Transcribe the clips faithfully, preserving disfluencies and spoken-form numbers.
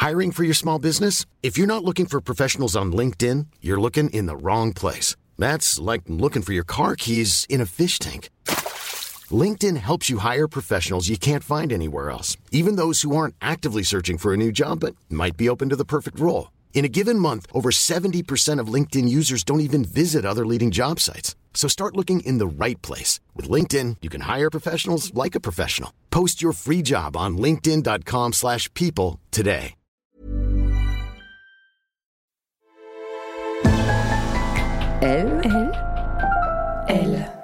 Hiring for your small business? If you're not looking for professionals on LinkedIn, you're looking in the wrong place. That's like looking for your car keys in a fish tank. LinkedIn helps you hire professionals you can't find anywhere else, even those who aren't actively searching for a new job but might be open to the perfect role. In a given month, over seventy percent of LinkedIn users don't even visit other leading job sites. So start looking in the right place. With LinkedIn, you can hire professionals like a professional. Post your free job on linkedin.com slash people today. Elle, elle, elle.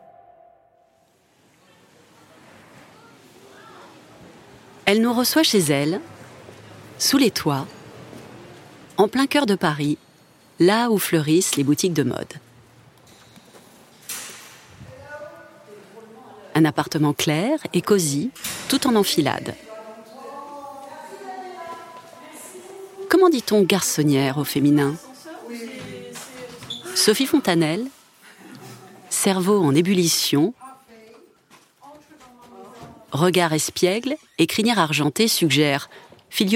Elle nous reçoit chez elle, sous les toits, en plein cœur de Paris, là où fleurissent les boutiques de mode. Un appartement clair et cosy, tout en enfilade. Comment dit-on garçonnière au féminin ? Sophie Fontanelle, cerveau en ébullition, regard espiègle et crinière argentée suggère filionnière ?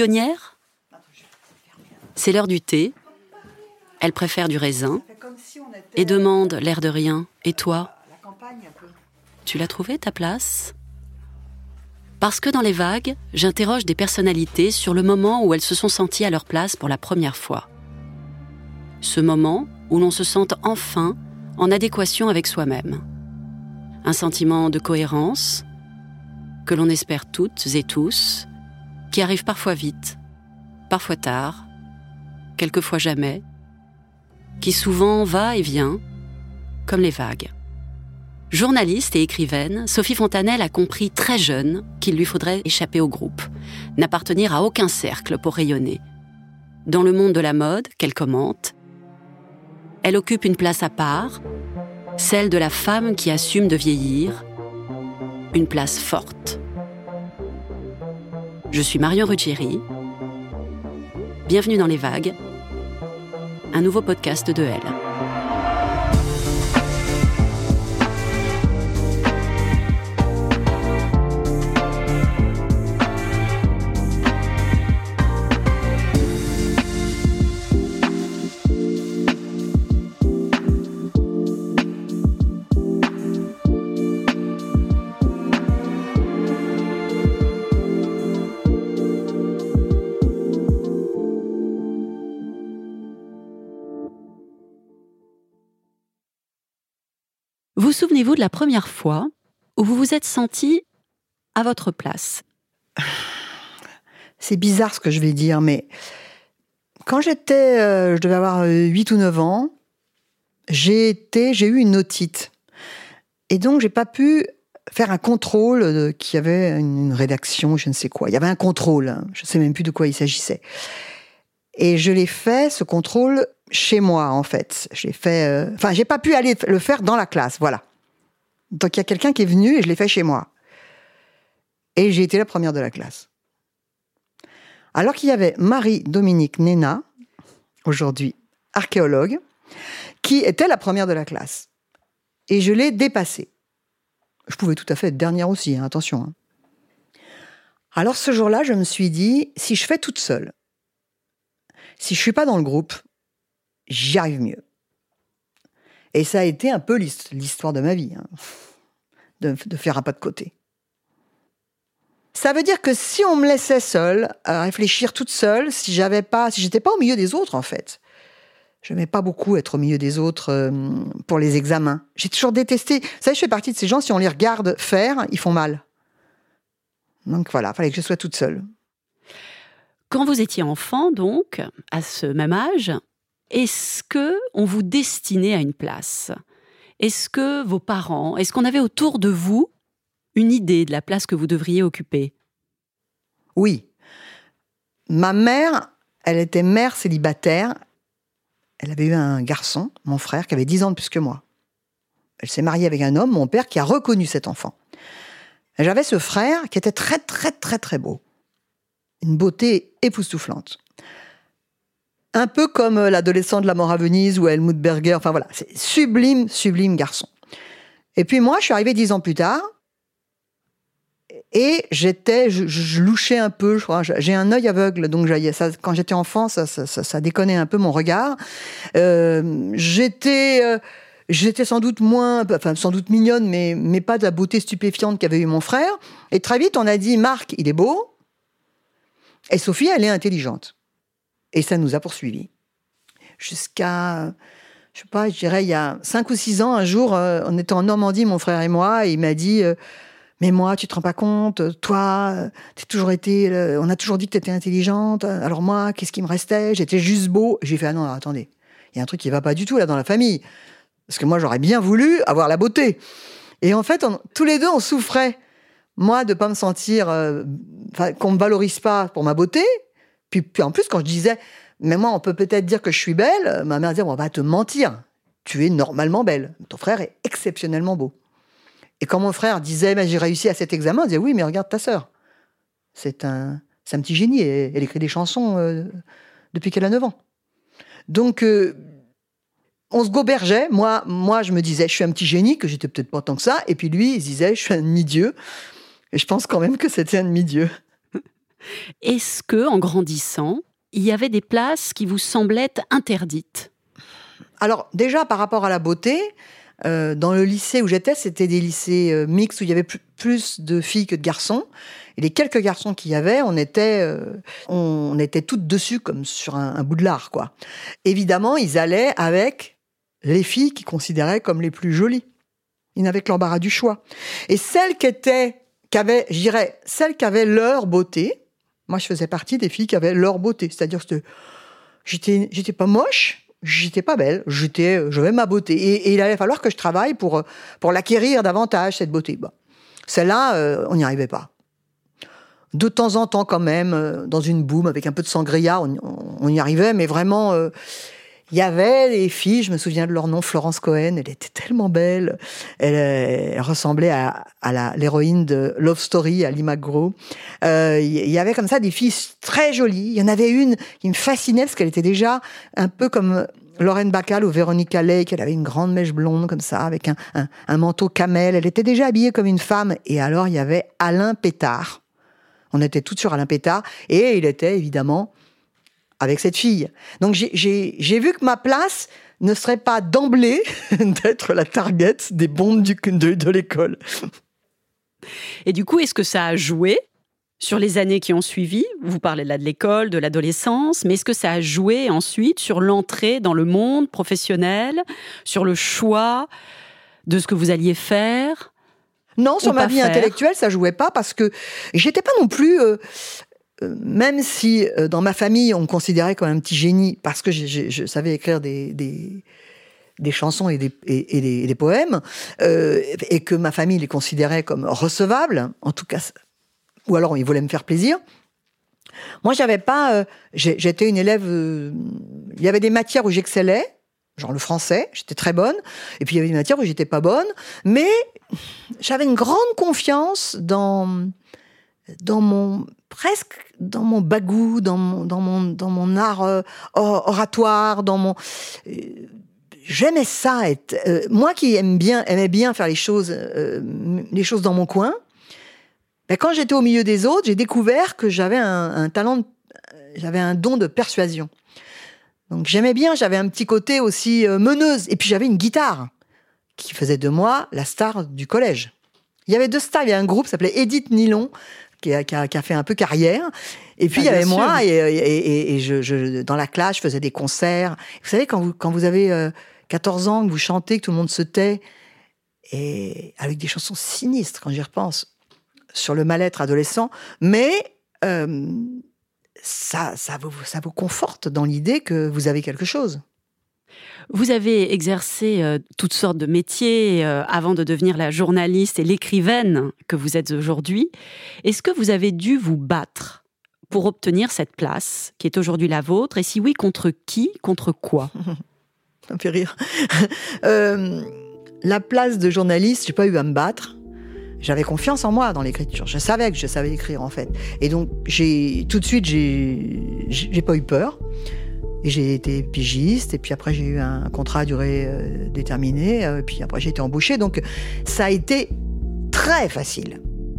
C'est l'heure du thé. Elle préfère du raisin et demande, l'air de rien, et toi ? Tu l'as trouvé ta place ? Parce que dans les vagues, j'interroge des personnalités sur le moment où elles se sont senties à leur place pour la première fois. Ce moment où l'on se sente enfin en adéquation avec soi-même. Un sentiment de cohérence que l'on espère toutes et tous, qui arrive parfois vite, parfois tard, quelquefois jamais, qui souvent va et vient, comme les vagues. Journaliste et écrivaine, Sophie Fontanelle a compris très jeune qu'il lui faudrait échapper au groupe, n'appartenir à aucun cercle pour rayonner. Dans le monde de la mode, qu'elle commente, elle occupe une place à part, celle de la femme qui assume de vieillir, une place forte. Je suis Marion Ruggieri. Bienvenue dans Les Vagues, un nouveau podcast de Elle. Vous souvenez-vous de la première fois où vous vous êtes senti à votre place ? C'est bizarre ce que je vais dire, mais quand j'étais, euh, je devais avoir huit ou neuf ans, j'ai été, j'ai eu une otite. Et donc, j'ai pas pu faire un contrôle de, qui avait une rédaction, je ne sais quoi. Il y avait un contrôle, hein, je ne sais même plus de quoi il s'agissait. Et je l'ai fait, ce contrôle, chez moi, en fait. Je l'ai fait... Euh... Enfin, j'ai pas pu aller le faire dans la classe, voilà. Donc, il y a quelqu'un qui est venu et je l'ai fait chez moi. Et j'ai été la première de la classe. Alors qu'il y avait Marie-Dominique Néna, aujourd'hui archéologue, qui était la première de la classe. Et je l'ai dépassée. Je pouvais tout à fait être dernière aussi, hein, attention. Hein. Alors, ce jour-là, je me suis dit, si je fais toute seule, si je suis pas dans le groupe, j'y arrive mieux. Et ça a été un peu l'histoire de ma vie, hein, de, de faire un pas de côté. Ça veut dire que si on me laissait seule, à réfléchir toute seule, si j'avais pas, si j'étais pas au milieu des autres, en fait. Je n'aimais pas beaucoup être au milieu des autres euh, pour les examens. J'ai toujours détesté. Vous savez, je fais partie de ces gens, si on les regarde faire, ils font mal. Donc voilà, il fallait que je sois toute seule. Quand vous étiez enfant, donc, à ce même âge, est-ce qu'on vous destinait à une place ? Est-ce que vos parents, est-ce qu'on avait autour de vous une idée de la place que vous devriez occuper ? Oui. Ma mère, elle était mère célibataire. Elle avait eu un garçon, mon frère, qui avait dix ans de plus que moi. Elle s'est mariée avec un homme, mon père, qui a reconnu cet enfant. Et j'avais ce frère qui était très, très, très, très beau. Une beauté époustouflante. Un peu comme l'adolescent de La Mort à Venise ou Helmut Berger. Enfin voilà, c'est sublime, sublime garçon. Et puis moi, je suis arrivée dix ans plus tard. Et j'étais, je, je louchais un peu, je crois. J'ai un œil aveugle, donc ça, quand j'étais enfant, ça, ça, ça, ça déconnait un peu mon regard. Euh, j'étais, euh, j'étais sans doute moins, enfin sans doute mignonne, mais, mais pas de la beauté stupéfiante qu'avait eu mon frère. Et très vite, on a dit, Marc, il est beau, et Sophie, elle est intelligente. Et ça nous a poursuivis. Jusqu'à, je sais pas, je dirais, il y a cinq ou six ans, un jour, euh, on était en Normandie, mon frère et moi, et il m'a dit... Euh, Mais moi, tu te rends pas compte, toi, t'as toujours été, on a toujours dit que t'étais intelligente. Alors moi, qu'est-ce qui me restait? J'étais juste beau. J'ai fait, ah non, attendez, il y a un truc qui va pas du tout là dans la famille. Parce que moi, j'aurais bien voulu avoir la beauté. Et en fait, on, tous les deux, on souffrait. Moi, de pas me sentir, euh, qu'on me valorise pas pour ma beauté. Puis, puis en plus, quand je disais, mais moi, on peut peut-être dire que je suis belle, ma mère disait, bon, on va te mentir. Tu es normalement belle. Ton frère est exceptionnellement beau. Et quand mon frère disait, bah, j'ai réussi à cet examen, on disait, oui, mais regarde ta sœur. C'est un, c'est un petit génie. Elle, elle écrit des chansons euh, depuis qu'elle a neuf ans. Donc, euh, on se gobergeait. Moi, moi, je me disais, je suis un petit génie, que j'étais peut-être pas tant que ça. Et puis lui, il se disait, je suis un demi-dieu. Et je pense quand même que c'était un demi-dieu. Est-ce que, en grandissant, il y avait des places qui vous semblaient interdites? Alors, déjà, par rapport à la beauté... Euh, dans le lycée où j'étais, c'était des lycées euh, mixtes où il y avait plus, plus de filles que de garçons. Et les quelques garçons qu'il y avait, on était, euh, on, on était toutes dessus comme sur un, un bout de lard, quoi. Évidemment, ils allaient avec les filles qu'ils considéraient comme les plus jolies. Ils n'avaient que l'embarras du choix. Et celles qui étaient, qui avaient, je dirais, celles qui avaient leur beauté, moi je faisais partie des filles qui avaient leur beauté. C'est-à-dire que j'étais, j'étais pas moche, j'étais pas belle, j'étais, j'avais ma beauté. Et, et il allait falloir que je travaille pour, pour l'acquérir davantage, cette beauté. Bon. Celle-là, euh, on n'y arrivait pas. De temps en temps, quand même, euh, dans une boum, avec un peu de sangria, on, on, on y arrivait, mais vraiment, il euh, y avait des filles, je me souviens de leur nom, Florence Cohen, elle était tellement belle, elle, elle ressemblait à, à la, l'héroïne de Love Story, à Lee McGraw. Il euh, y avait comme ça des filles très jolies. Il y en avait une qui me fascinait, parce qu'elle était déjà un peu comme Lauren Bacall ou Veronica Lake. Elle avait une grande mèche blonde comme ça, avec un, un, un manteau camel. Elle était déjà habillée comme une femme. Et alors, il y avait Alain Pétard. On était toutes sur Alain Pétard. Et il était, évidemment, avec cette fille. Donc, j'ai, j'ai, j'ai vu que ma place ne serait pas d'emblée d'être la target des bombes du, de, de l'école. Et du coup, est-ce que ça a joué sur les années qui ont suivi? Vous parlez là de l'école, de l'adolescence, mais est-ce que ça a joué ensuite sur l'entrée dans le monde professionnel, sur le choix de ce que vous alliez faire? Non, sur ma vie faire. intellectuelle, ça jouait pas, parce que j'étais pas non plus... Euh, euh, même si euh, dans ma famille, on me considérait comme un petit génie, parce que je, je, je savais écrire des... des des chansons et des, et, et des, et des poèmes, euh, et que ma famille les considérait comme recevables, en tout cas, ou alors ils voulaient me faire plaisir. Moi, j'avais pas... Euh, j'ai, j'étais une élève... Euh, il y avait des matières où j'excellais, genre le français, j'étais très bonne, et puis il y avait des matières où j'étais pas bonne, mais j'avais une grande confiance dans, dans mon... presque dans mon bagou, dans mon, dans mon, dans mon art euh, oratoire, dans mon... Euh, J'aimais ça, être, euh, moi qui aime bien, aimais bien faire les choses, euh, les choses dans mon coin. Ben quand j'étais au milieu des autres, j'ai découvert que j'avais un, un talent, de, j'avais un don de persuasion. Donc j'aimais bien, j'avais un petit côté aussi euh, meneuse. Et puis j'avais une guitare qui faisait de moi la star du collège. Il y avait deux stars, il y avait un groupe qui s'appelait Edith Nylon, qui a, qui a, qui a fait un peu carrière. Et puis, ah, il y avait sûr. moi, et, et, et, et je, je, dans la classe, je faisais des concerts. Vous savez, quand vous, quand vous avez euh, quatorze ans, que vous chantez, que tout le monde se tait, et avec des chansons sinistres, quand j'y repense, sur le mal-être adolescent, mais euh, ça, ça, vous, ça vous conforte dans l'idée que vous avez quelque chose. Vous avez exercé euh, toutes sortes de métiers euh, avant de devenir la journaliste et l'écrivaine que vous êtes aujourd'hui. Est-ce que vous avez dû vous battre pour obtenir cette place qui est aujourd'hui la vôtre? Et si oui, contre qui? Contre quoi? Ça me fait rire. euh, la place de journaliste, j'ai pas eu à me battre. J'avais confiance en moi dans l'écriture. Je savais que je savais écrire, en fait. Et donc, j'ai, tout de suite, j'ai, j'ai pas eu peur. Et j'ai été pigiste, et puis après j'ai eu un contrat à durée euh, déterminée, et puis après j'ai été embauchée. Donc ça a été très facile.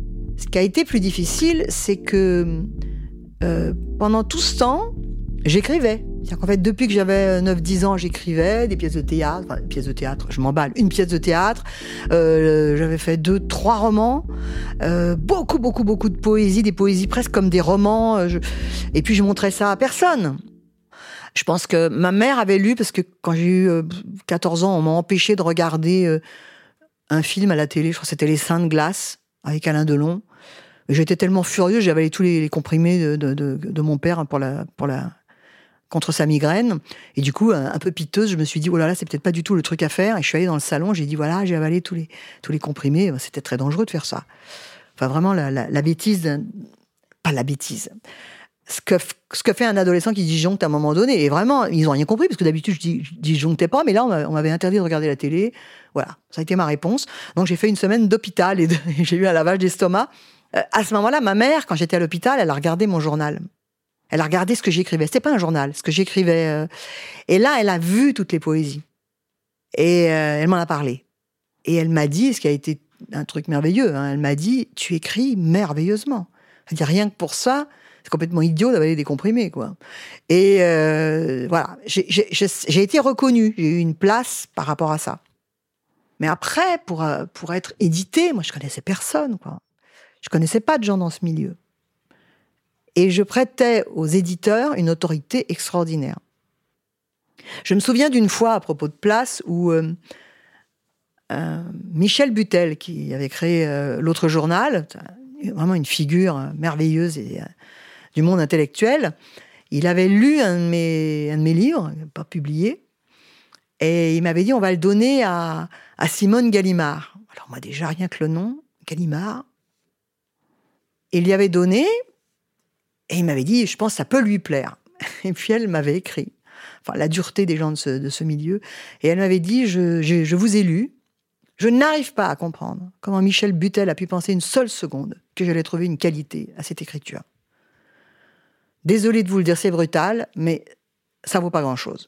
Ce qui a été plus difficile, c'est que euh, pendant tout ce temps, j'écrivais. C'est-à-dire qu'en fait, depuis que j'avais neuf dix ans, j'écrivais des pièces de théâtre. Enfin, des pièces de théâtre, je m'emballe. Une pièce de théâtre. Euh, j'avais fait deux, trois romans. Euh, beaucoup, beaucoup, beaucoup de poésie. Des poésies presque comme des romans. Je... Et puis, je montrais ça à personne. Je pense que ma mère avait lu, parce que quand j'ai eu euh, quatorze ans, on m'a empêché de regarder euh, un film à la télé. Je crois que c'était Les Seins de glace, avec Alain Delon. Et j'étais tellement furieux, j'avais avalé tous les, les comprimés de, de, de, de mon père pour la... Pour la contre sa migraine. Et du coup, un, un peu piteuse, je me suis dit, oh là là, c'est peut-être pas du tout le truc à faire. Et je suis allée dans le salon, j'ai dit, voilà, j'ai avalé tous les, tous les comprimés. C'était très dangereux de faire ça. Enfin, vraiment, la, la, la bêtise, pas la bêtise. Ce que, ce que fait un adolescent qui disjoncte à un moment donné. Et vraiment, ils n'ont rien compris, parce que d'habitude, je, dis, je disjonctais pas, mais là, on m'avait interdit de regarder la télé. Voilà, ça a été ma réponse. Donc, j'ai fait une semaine d'hôpital et, de, et j'ai eu un lavage d'estomac. Euh, à ce moment-là, ma mère, quand j'étais à l'hôpital, elle a regardé mon journal. Elle a regardé ce que j'écrivais. C'était pas un journal, ce que j'écrivais. Euh... Et là, elle a vu toutes les poésies. Et euh, elle m'en a parlé. Et elle m'a dit, ce qui a été un truc merveilleux, hein, elle m'a dit, tu écris merveilleusement. Elle dit, rien que pour ça, c'est complètement idiot d'avaler des comprimés, quoi. Et euh, voilà, j'ai, j'ai, j'ai été reconnue. J'ai eu une place par rapport à ça. Mais après, pour, pour être éditée, moi, je connaissais personne, quoi. Je connaissais pas de gens dans ce milieu. Et je prêtais aux éditeurs une autorité extraordinaire. Je me souviens d'une fois, à propos de Place, où euh, euh, Michel Butel, qui avait créé euh, l'autre journal, vraiment une figure merveilleuse et, euh, du monde intellectuel, il avait lu un de mes, un de mes livres, pas publié, et il m'avait dit, on va le donner à, à Simone Gallimard. Alors moi, déjà, rien que le nom, Gallimard. Il lui avait donné... Et il m'avait dit, je pense que ça peut lui plaire. Et puis elle m'avait écrit, enfin la dureté des gens de ce, de ce milieu, et elle m'avait dit, je, je, je vous ai lu, je n'arrive pas à comprendre comment Michel Butel a pu penser une seule seconde que j'allais trouver une qualité à cette écriture. Désolée de vous le dire, c'est brutal, mais ça vaut pas grand-chose.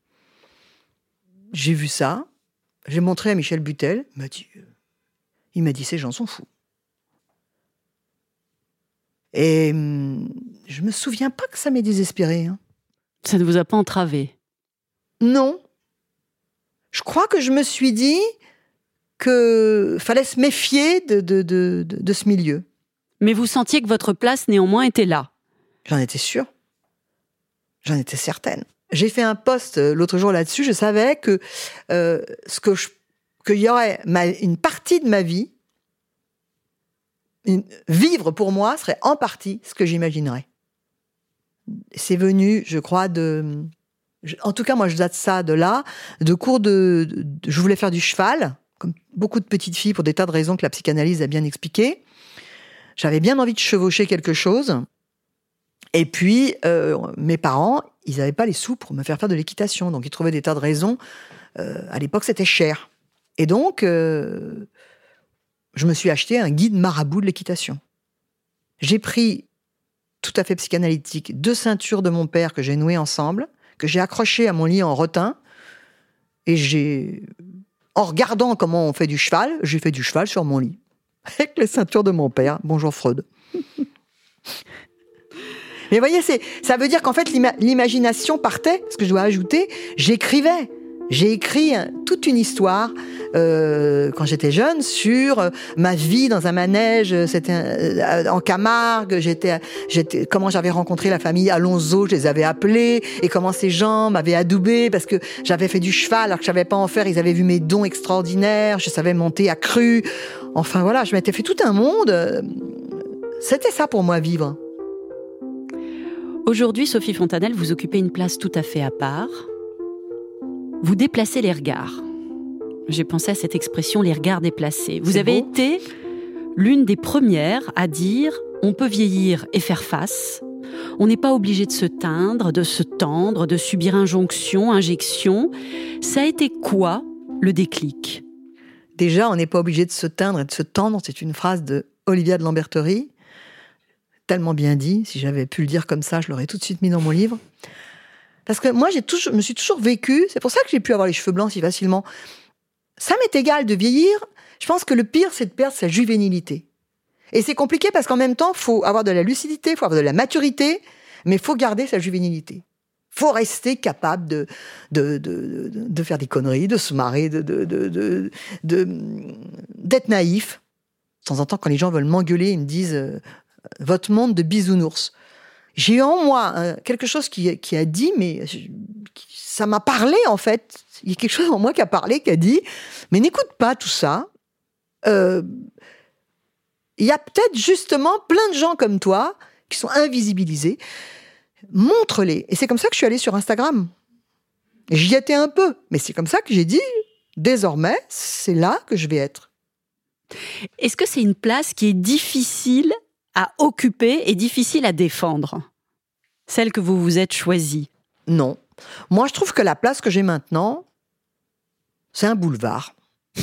J'ai vu ça, j'ai montré à Michel Butel, il m'a dit, il m'a dit ces gens sont fous. Et je me souviens pas que ça m'ait désespéré. Hein. Ça ne vous a pas entravé? Non. Je crois que je me suis dit qu'il fallait se méfier de, de, de, de, de ce milieu. Mais vous sentiez que votre place, néanmoins, était là? J'en étais sûre. J'en étais certaine. J'ai fait un post l'autre jour là-dessus. Je savais que euh, ce que je, qu'il y aurait ma, une partie de ma vie. Une, vivre pour moi serait en partie ce que j'imaginerais. C'est venu, je crois, de... Je, en tout cas, moi, je date ça de là, de cours de, de, de... Je voulais faire du cheval, comme beaucoup de petites filles, pour des tas de raisons que la psychanalyse a bien expliquées. J'avais bien envie de chevaucher quelque chose. Et puis, euh, mes parents, ils n'avaient pas les sous pour me faire faire de l'équitation. Donc, ils trouvaient des tas de raisons. Euh, à l'époque, c'était cher. Et donc... Euh, je me suis acheté un guide marabout de l'équitation. J'ai pris, tout à fait psychanalytique, deux ceintures de mon père que j'ai nouées ensemble, que j'ai accrochées à mon lit en rotin, et j'ai, en regardant comment on fait du cheval, j'ai fait du cheval sur mon lit, avec les ceintures de mon père. Bonjour Freud. Mais vous voyez, c'est, ça veut dire qu'en fait, l'ima- l'imagination partait, ce que je dois ajouter, j'écrivais. J'ai écrit hein, toute une histoire euh, quand j'étais jeune sur euh, ma vie dans un manège. C'était euh, en Camargue. J'étais, j'étais, comment j'avais rencontré la famille Alonso. Je les avais appelés et comment ces gens m'avaient adoubé parce que j'avais fait du cheval alors que je savais pas en faire. Ils avaient vu mes dons extraordinaires. Je savais monter à cru. Enfin voilà, je m'étais fait tout un monde. C'était ça pour moi vivre. Aujourd'hui, Sophie Fontanelle, vous occupez une place tout à fait à part. Vous déplacez les regards. J'ai pensé à cette expression, les regards déplacés. Vous C'est avez beau. été l'une des premières à dire « on peut vieillir et faire face ». On n'est pas obligé de se teindre, de se tendre, de subir injonction, injection. Ça a été quoi, le déclic ? Déjà, on n'est pas obligé de se teindre et de se tendre. C'est une phrase de Olivia de Lambertherie. Tellement bien dit. Si j'avais pu le dire comme ça, je l'aurais tout de suite mis dans mon livre. Parce que moi, j'ai toujours, je me suis toujours vécue, c'est pour ça que j'ai pu avoir les cheveux blancs si facilement. Ça m'est égal de vieillir. Je pense que le pire, c'est de perdre sa juvénilité. Et c'est compliqué parce qu'en même temps, il faut avoir de la lucidité, il faut avoir de la maturité, mais il faut garder sa juvénilité. Il faut rester capable de, de, de, de, de faire des conneries, de se marrer, de, de, de, de, de, d'être naïf. De temps en temps, quand les gens veulent m'engueuler, ils me disent euh, « votre monde de bisounours ». J'ai eu en moi hein, quelque chose qui, qui a dit, mais je, ça m'a parlé en fait. Il y a quelque chose en moi qui a parlé, qui a dit « mais n'écoute pas tout ça. Euh, il y a peut-être justement plein de gens comme toi qui sont invisibilisés. Montre-les. » Et c'est comme ça que je suis allée sur Instagram. J'y étais un peu, mais c'est comme ça que j'ai dit « désormais, c'est là que je vais être ». Est-ce que c'est une place qui est difficile à occuper et difficile à défendre, celle que vous vous êtes choisie? Non. Moi, je trouve que la place que j'ai maintenant, c'est un boulevard.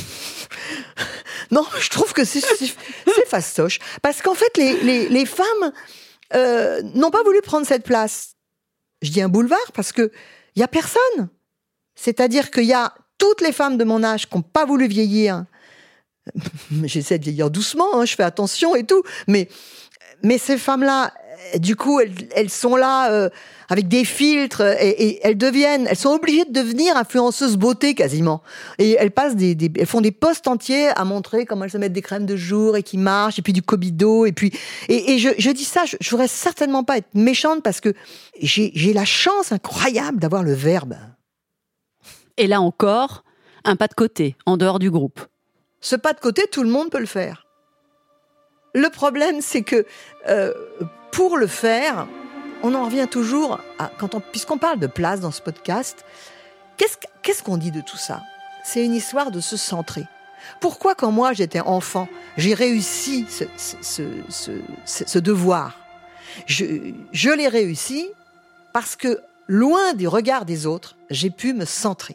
Non, je trouve que c'est, c'est, c'est fastoche. Parce qu'en fait, les, les, les femmes euh, n'ont pas voulu prendre cette place. Je dis un boulevard parce qu'il n'y a personne. C'est-à-dire qu'il y a toutes les femmes de mon âge qui n'ont pas voulu vieillir. J'essaie de vieillir doucement, hein, je fais attention et tout, mais, mais ces femmes-là, du coup, elles, elles sont là euh, avec des filtres et, et elles deviennent, elles sont obligées de devenir influenceuses beauté quasiment. Et elles passent des, des, elles font des posts entiers à montrer comment elles se mettent des crèmes de jour et qui marchent, et puis du Cobido, et puis, et, et je, je dis ça, je, je voudrais certainement pas être méchante parce que j'ai, j'ai la chance incroyable d'avoir le verbe. Et là encore, un pas de côté, en dehors du groupe. Ce pas de côté, tout le monde peut le faire. Le problème, c'est que euh, pour le faire, on en revient toujours à, quand on, puisqu'on parle de place dans ce podcast, qu'est-ce, qu'est-ce qu'on dit de tout ça ? C'est une histoire de se centrer. Pourquoi, quand moi j'étais enfant, j'ai réussi ce, ce, ce, ce, ce devoir ? je, je l'ai réussi parce que, loin du regard des autres, j'ai pu me centrer.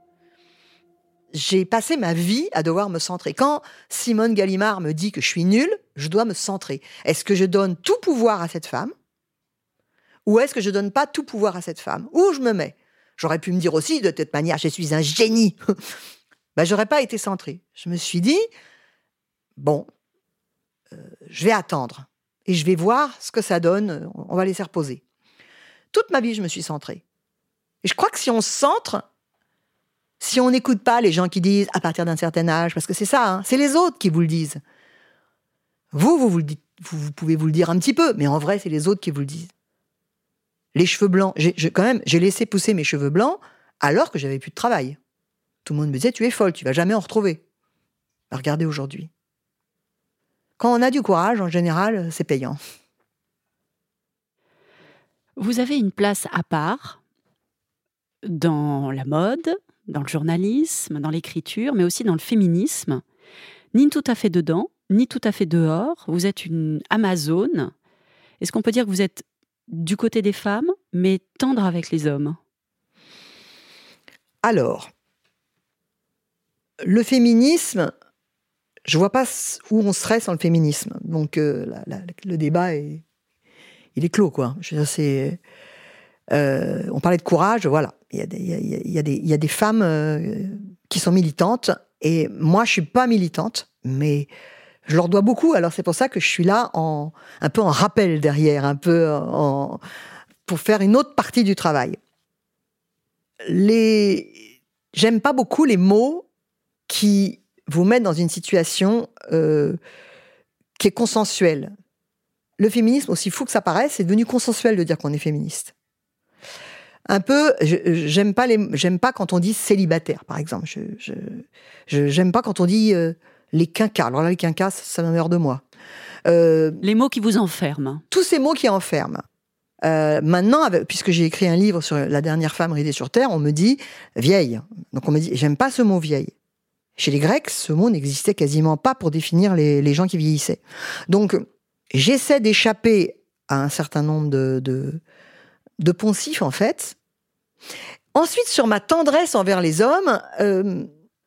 J'ai passé ma vie à devoir me centrer. Quand Simone Gallimard me dit que je suis nulle, je dois me centrer. Est-ce que je donne tout pouvoir à cette femme ? Ou est-ce que je donne pas tout pouvoir à cette femme ? Où je me mets ? J'aurais pu me dire aussi, de toute manière, je suis un génie. Ben, j'aurais pas été centrée. Je me suis dit, bon, euh, je vais attendre. Et je vais voir ce que ça donne. On va laisser reposer. Toute ma vie, je me suis centrée. Et je crois que si on se centre, si on n'écoute pas les gens qui disent à partir d'un certain âge, parce que c'est ça, hein, c'est les autres qui vous le disent. Vous, vous, vous, le dites, vous, vous pouvez vous le dire un petit peu, mais en vrai, c'est les autres qui vous le disent. Les cheveux blancs, j'ai, j'ai, quand même, j'ai laissé pousser mes cheveux blancs alors que j'avais plus de travail. Tout le monde me disait, tu es folle, tu vas jamais en retrouver. Regardez aujourd'hui. Quand on a du courage, en général, c'est payant. Vous avez une place à part dans la mode, dans le journalisme, dans l'écriture, mais aussi dans le féminisme. Ni tout à fait dedans, ni tout à fait dehors. Vous êtes une Amazone. Est-ce qu'on peut dire que vous êtes du côté des femmes, mais tendre avec les hommes ? Alors, le féminisme, je vois pas où on serait sans le féminisme. Donc, euh, la, la, le débat, est, il est clos, quoi. Je veux dire, c'est... Euh, on parlait de courage, voilà. Il y a des, il y a, il y a des, il y a des femmes euh, qui sont militantes, et moi, je suis pas militante, mais je leur dois beaucoup. Alors, c'est pour ça que je suis là, en, un peu en rappel derrière, un peu en, pour faire une autre partie du travail. Les... J'aime pas beaucoup les mots qui vous mettent dans une situation euh, qui est consensuelle. Le féminisme, aussi fou que ça paraisse, c'est devenu consensuel de dire qu'on est féministe. Un peu, je, j'aime pas les, j'aime pas quand on dit célibataire, par exemple. Je, je, je j'aime pas quand on dit euh, les quinquas. Alors là, les quinquas, ça, ça me meurt de moi. Euh, les mots qui vous enferment. Tous ces mots qui enferment. Euh, maintenant, avec, puisque j'ai écrit un livre sur la dernière femme ridée sur Terre, on me dit vieille. Donc on me dit, j'aime pas ce mot vieille. Chez les Grecs, ce mot n'existait quasiment pas pour définir les, les gens qui vieillissaient. Donc, j'essaie d'échapper à un certain nombre de, de, de poncifs, en fait. Ensuite, sur ma tendresse envers les hommes, euh,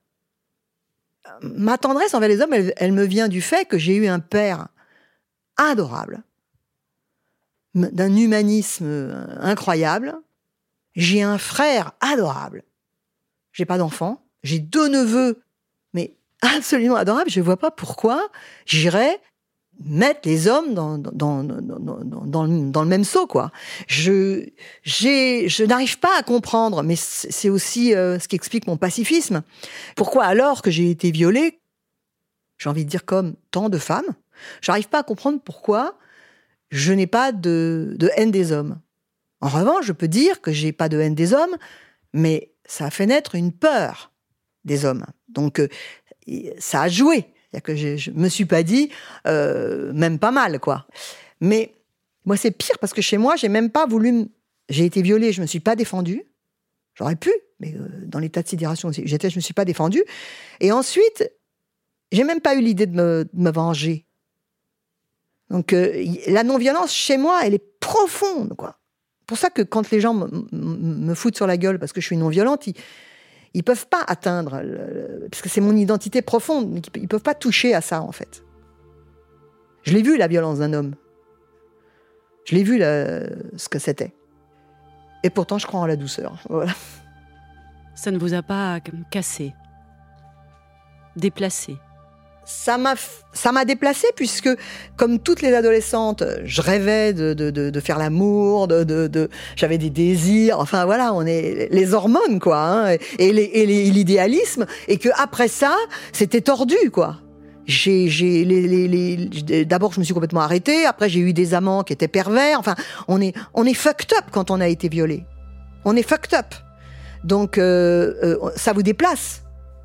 ma tendresse envers les hommes, elle, elle me vient du fait que j'ai eu un père adorable, d'un humanisme incroyable. J'ai un frère adorable. J'ai pas d'enfant. J'ai deux neveux, mais absolument adorables. Je vois pas pourquoi j'irais mettre les hommes dans, dans, dans, dans, dans, dans le même seau, quoi. Je, j'ai, je n'arrive pas à comprendre, mais c'est aussi euh, ce qui explique mon pacifisme. Pourquoi, alors que j'ai été violée, j'ai envie de dire comme tant de femmes, j'arrive pas à comprendre pourquoi je n'ai pas de, de haine des hommes. En revanche, je peux dire que j'ai pas de haine des hommes, mais ça a fait naître une peur des hommes. Donc, euh, ça a joué. C'est-à-dire que je, je me suis pas dit, euh, même pas mal, quoi. Mais moi, c'est pire parce que chez moi, j'ai même pas voulu. M... J'ai été violée, je me suis pas défendue. J'aurais pu, mais euh, dans l'état de sidération où j'étais, je me suis pas défendue. Et ensuite, j'ai même pas eu l'idée de me, de me venger. Donc, euh, la non-violence chez moi, elle est profonde, quoi. C'est pour ça que quand les gens me, me foutent sur la gueule parce que je suis non-violente, ils Ils peuvent pas atteindre, le, parce que c'est mon identité profonde, mais ils peuvent pas toucher à ça, en fait. Je l'ai vu, la violence d'un homme. Je l'ai vu, la, ce que c'était. Et pourtant, je crois en la douceur. Voilà. Ça ne vous a pas cassé, déplacé? Ça m'a, ça m'a déplacée, puisque, comme toutes les adolescentes, je rêvais de, de, de, de faire l'amour, de, de, de, j'avais des désirs, enfin voilà, on est les hormones, quoi, hein, et, les, et les, l'idéalisme, et que après ça, c'était tordu, quoi. J'ai, j'ai, les, les, les, d'abord, je me suis complètement arrêtée, après, j'ai eu des amants qui étaient pervers, enfin, on est, on est fucked up quand on a été violé. On est fucked up. Donc, euh, euh, ça vous déplace.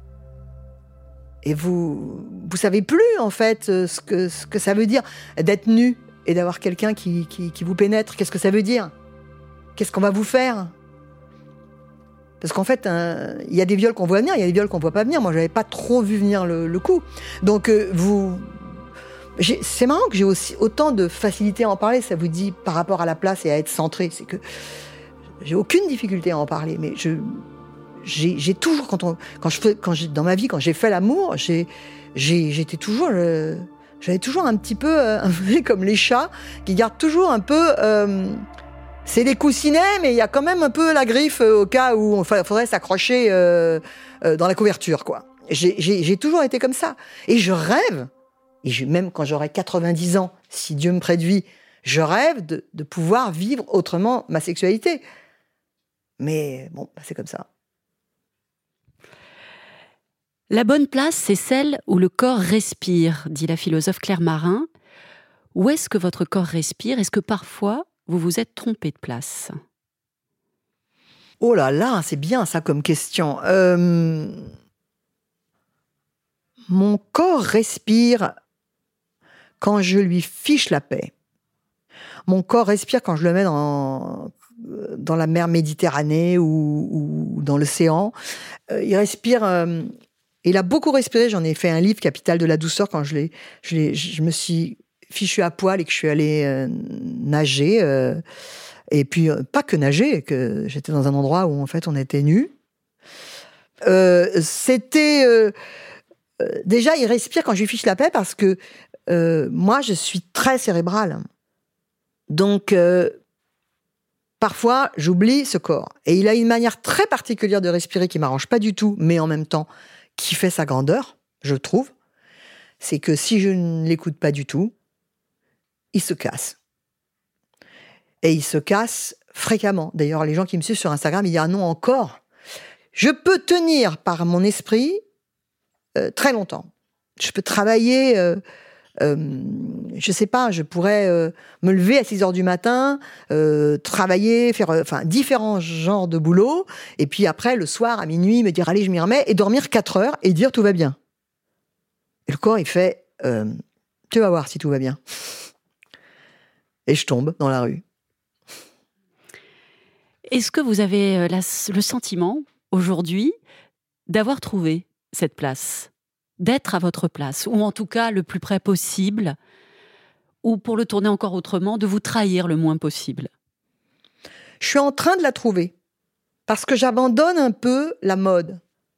Et vous, vous savez plus, en fait, ce que, ce que ça veut dire d'être nu et d'avoir quelqu'un qui, qui, qui vous pénètre. Qu'est-ce que ça veut dire? Qu'est-ce qu'on va vous faire? Parce qu'en fait, il hein, y a des viols qu'on voit venir, il y a des viols qu'on voit pas venir. Moi, j'avais pas trop vu venir le, le coup. Donc, euh, vous... J'ai, c'est marrant que j'ai aussi autant de facilité à en parler, ça vous dit, par rapport à la place et à être centré. C'est que j'ai aucune difficulté à en parler, mais je... J'ai, j'ai toujours, quand on, quand je fais, quand j'ai, dans ma vie, quand j'ai fait l'amour, j'ai, j'ai, j'étais toujours, euh, j'avais toujours un petit peu, euh, comme les chats, qui gardent toujours un peu, euh, c'est les coussinets, mais il y a quand même un peu la griffe au cas où il faudrait s'accrocher euh, euh, dans la couverture, quoi. J'ai, j'ai, j'ai toujours été comme ça. Et je rêve, et je, même quand j'aurai quatre-vingt-dix ans, si Dieu me prête vie, je rêve de, de pouvoir vivre autrement ma sexualité. Mais bon, c'est comme ça. La bonne place, c'est celle où le corps respire, dit la philosophe Claire Marin. Où est-ce que votre corps respire? Est-ce que parfois, vous vous êtes trompé de place? Oh là là, c'est bien ça comme question. Euh... Mon corps respire quand je lui fiche la paix. Mon corps respire quand je le mets dans, dans la mer Méditerranée ou, ou dans l'océan. Euh, il respire... Euh... Il a beaucoup respiré, j'en ai fait un livre, Capitale de la douceur, quand je, l'ai, je, l'ai, je me suis fichue à poil et que je suis allée euh, nager. Euh, et puis, euh, pas que nager, que j'étais dans un endroit où, en fait, on était nus. Euh, c'était... Euh, euh, déjà, il respire quand je lui fiche la paix parce que euh, moi, je suis très cérébrale. Donc, euh, parfois, j'oublie ce corps. Et il a une manière très particulière de respirer qui ne m'arrange pas du tout, mais en même temps... qui fait sa grandeur, je trouve, c'est que si je ne l'écoute pas du tout, il se casse. Et il se casse fréquemment. D'ailleurs, les gens qui me suivent sur Instagram, il y a un nom encore. Je peux tenir par mon esprit euh, très longtemps. Je peux travailler, euh, euh, je sais pas, je pourrais euh, me lever à six heures du matin, euh, travailler, faire euh, enfin, différents genres de boulot, et puis après, le soir, à minuit, me dire « allez, je m'y remets », et dormir quatre heures, et dire « tout va bien ». Et le corps, il fait euh, « tu vas voir si tout va bien ». Et je tombe dans la rue. Est-ce que vous avez la, le sentiment, aujourd'hui, d'avoir trouvé cette place ? D'être à votre place, ou en tout cas le plus près possible, ou pour le tourner encore autrement, de vous trahir le moins possible? Je suis en train de la trouver, parce que j'abandonne un peu la mode.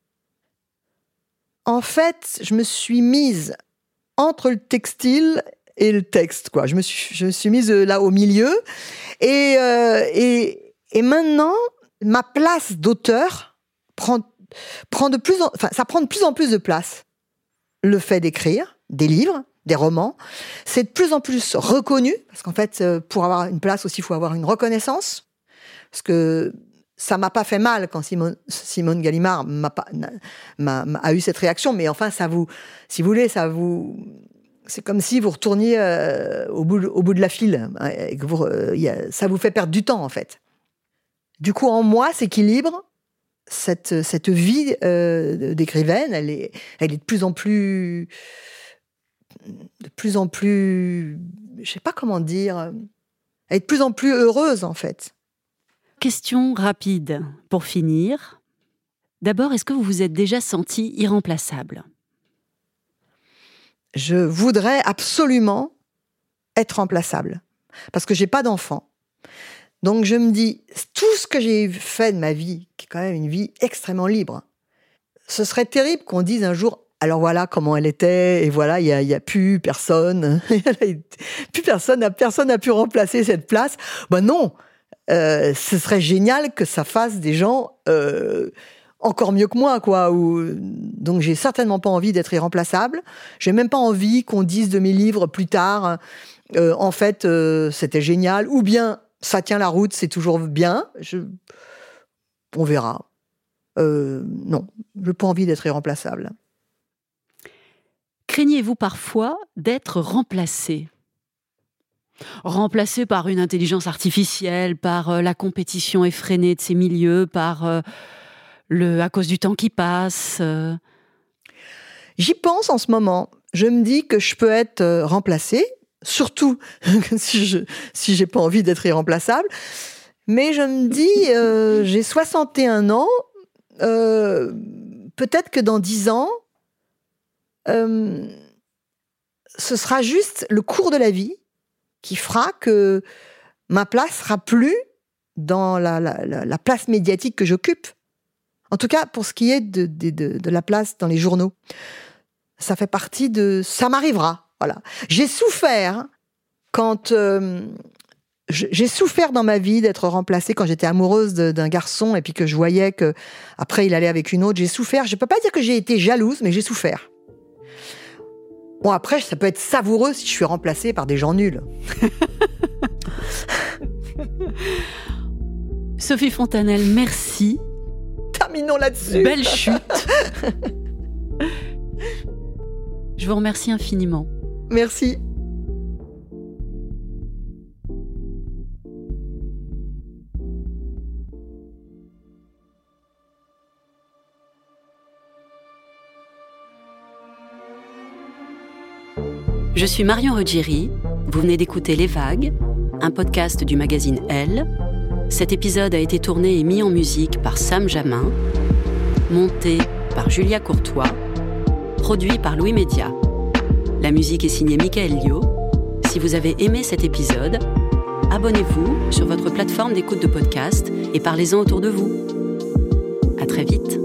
En fait, je me suis mise entre le textile et le texte, quoi. Je me suis, je me suis mise là au milieu, et, euh, et, et maintenant, ma place d'auteur prend, prend de plus en, enfin, ça prend de plus en plus de place. Le fait d'écrire des livres, des romans. C'est de plus en plus reconnu, parce qu'en fait, pour avoir une place aussi, il faut avoir une reconnaissance. Parce que ça m'a pas fait mal quand Simone, Simone Gallimard m'a pas, m'a, m'a, a eu cette réaction, mais enfin, ça vous, si vous voulez, ça vous, c'est comme si vous retourniez euh, au, bout, au bout de la file, hein, et que vous, euh, y a, ça vous fait perdre du temps, en fait. Du coup, en moi s'équilibre cette, cette vie euh, d'écrivaine, elle est, elle est de plus en plus, de plus en plus, je sais pas comment dire, elle est de plus en plus heureuse, en fait. Question rapide pour finir. D'abord, est-ce que vous vous êtes déjà senti irremplaçable ? Je voudrais absolument être remplaçable, parce que j'ai pas d'enfant. Donc je me dis, tout ce que j'ai fait de ma vie, qui est quand même une vie extrêmement libre, ce serait terrible qu'on dise un jour, alors voilà comment elle était, et voilà, il y a, y a plus personne, plus personne, personne n'a pu remplacer cette place. Ben non, euh, ce serait génial que ça fasse des gens euh, encore mieux que moi, quoi. Ou, donc j'ai certainement pas envie d'être irremplaçable. J'ai même pas envie qu'on dise de mes livres plus tard, euh, en fait, euh, c'était génial, ou bien ça tient la route, c'est toujours bien. Je... On verra. Euh, non, je n'ai pas envie d'être irremplaçable. Craignez-vous parfois d'être remplacé ? Remplacé par une intelligence artificielle, par euh, la compétition effrénée de ces milieux, par euh, le à cause du temps qui passe euh... J'y pense en ce moment. Je me dis que je peux être euh, remplacée, surtout si je si j'ai pas envie d'être irremplaçable. Mais je me dis, euh, j'ai soixante et un ans, euh, peut-être que dans dix ans, euh, ce sera juste le cours de la vie qui fera que ma place sera plus dans la, la, la, la place médiatique que j'occupe. En tout cas, pour ce qui est de, de, de, de la place dans les journaux. Ça fait partie de... Ça m'arrivera, voilà. J'ai souffert quand... Euh, j'ai souffert dans ma vie d'être remplacée quand j'étais amoureuse de, d'un garçon et puis que je voyais qu'après il allait avec une autre. J'ai souffert. Je ne peux pas dire que j'ai été jalouse, mais j'ai souffert. Bon, après, ça peut être savoureux si je suis remplacée par des gens nuls. Sophie Fontanelle, merci. Terminons là-dessus. Belle chute. Je vous remercie infiniment. Merci. Je suis Marion Ruggieri, vous venez d'écouter Les Vagues, un podcast du magazine Elle. Cet épisode a été tourné et mis en musique par Sam Jamin, monté par Julia Courtois, produit par Louis Média. La musique est signée Michael Lio. Si vous avez aimé cet épisode, abonnez-vous sur votre plateforme d'écoute de podcast et parlez-en autour de vous. À très vite.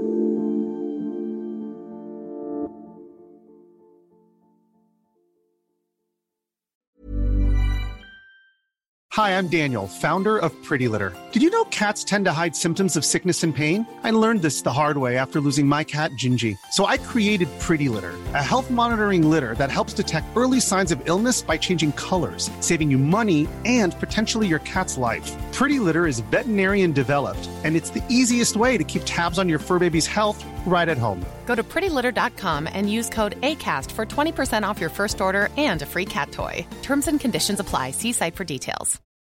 Hi, I'm Daniel, founder of Pretty Litter. Did you know cats tend to hide symptoms of sickness and pain? I learned this the hard way after losing my cat, Gingy. So I created Pretty Litter, a health monitoring litter that helps detect early signs of illness by changing colors, saving you money and potentially your cat's life. Pretty Litter is veterinarian developed, and it's the easiest way to keep tabs on your fur baby's health right at home. Go to pretty litter dot com and use code ACAST for twenty percent off your first order and a free cat toy. Terms and conditions apply. See site for details.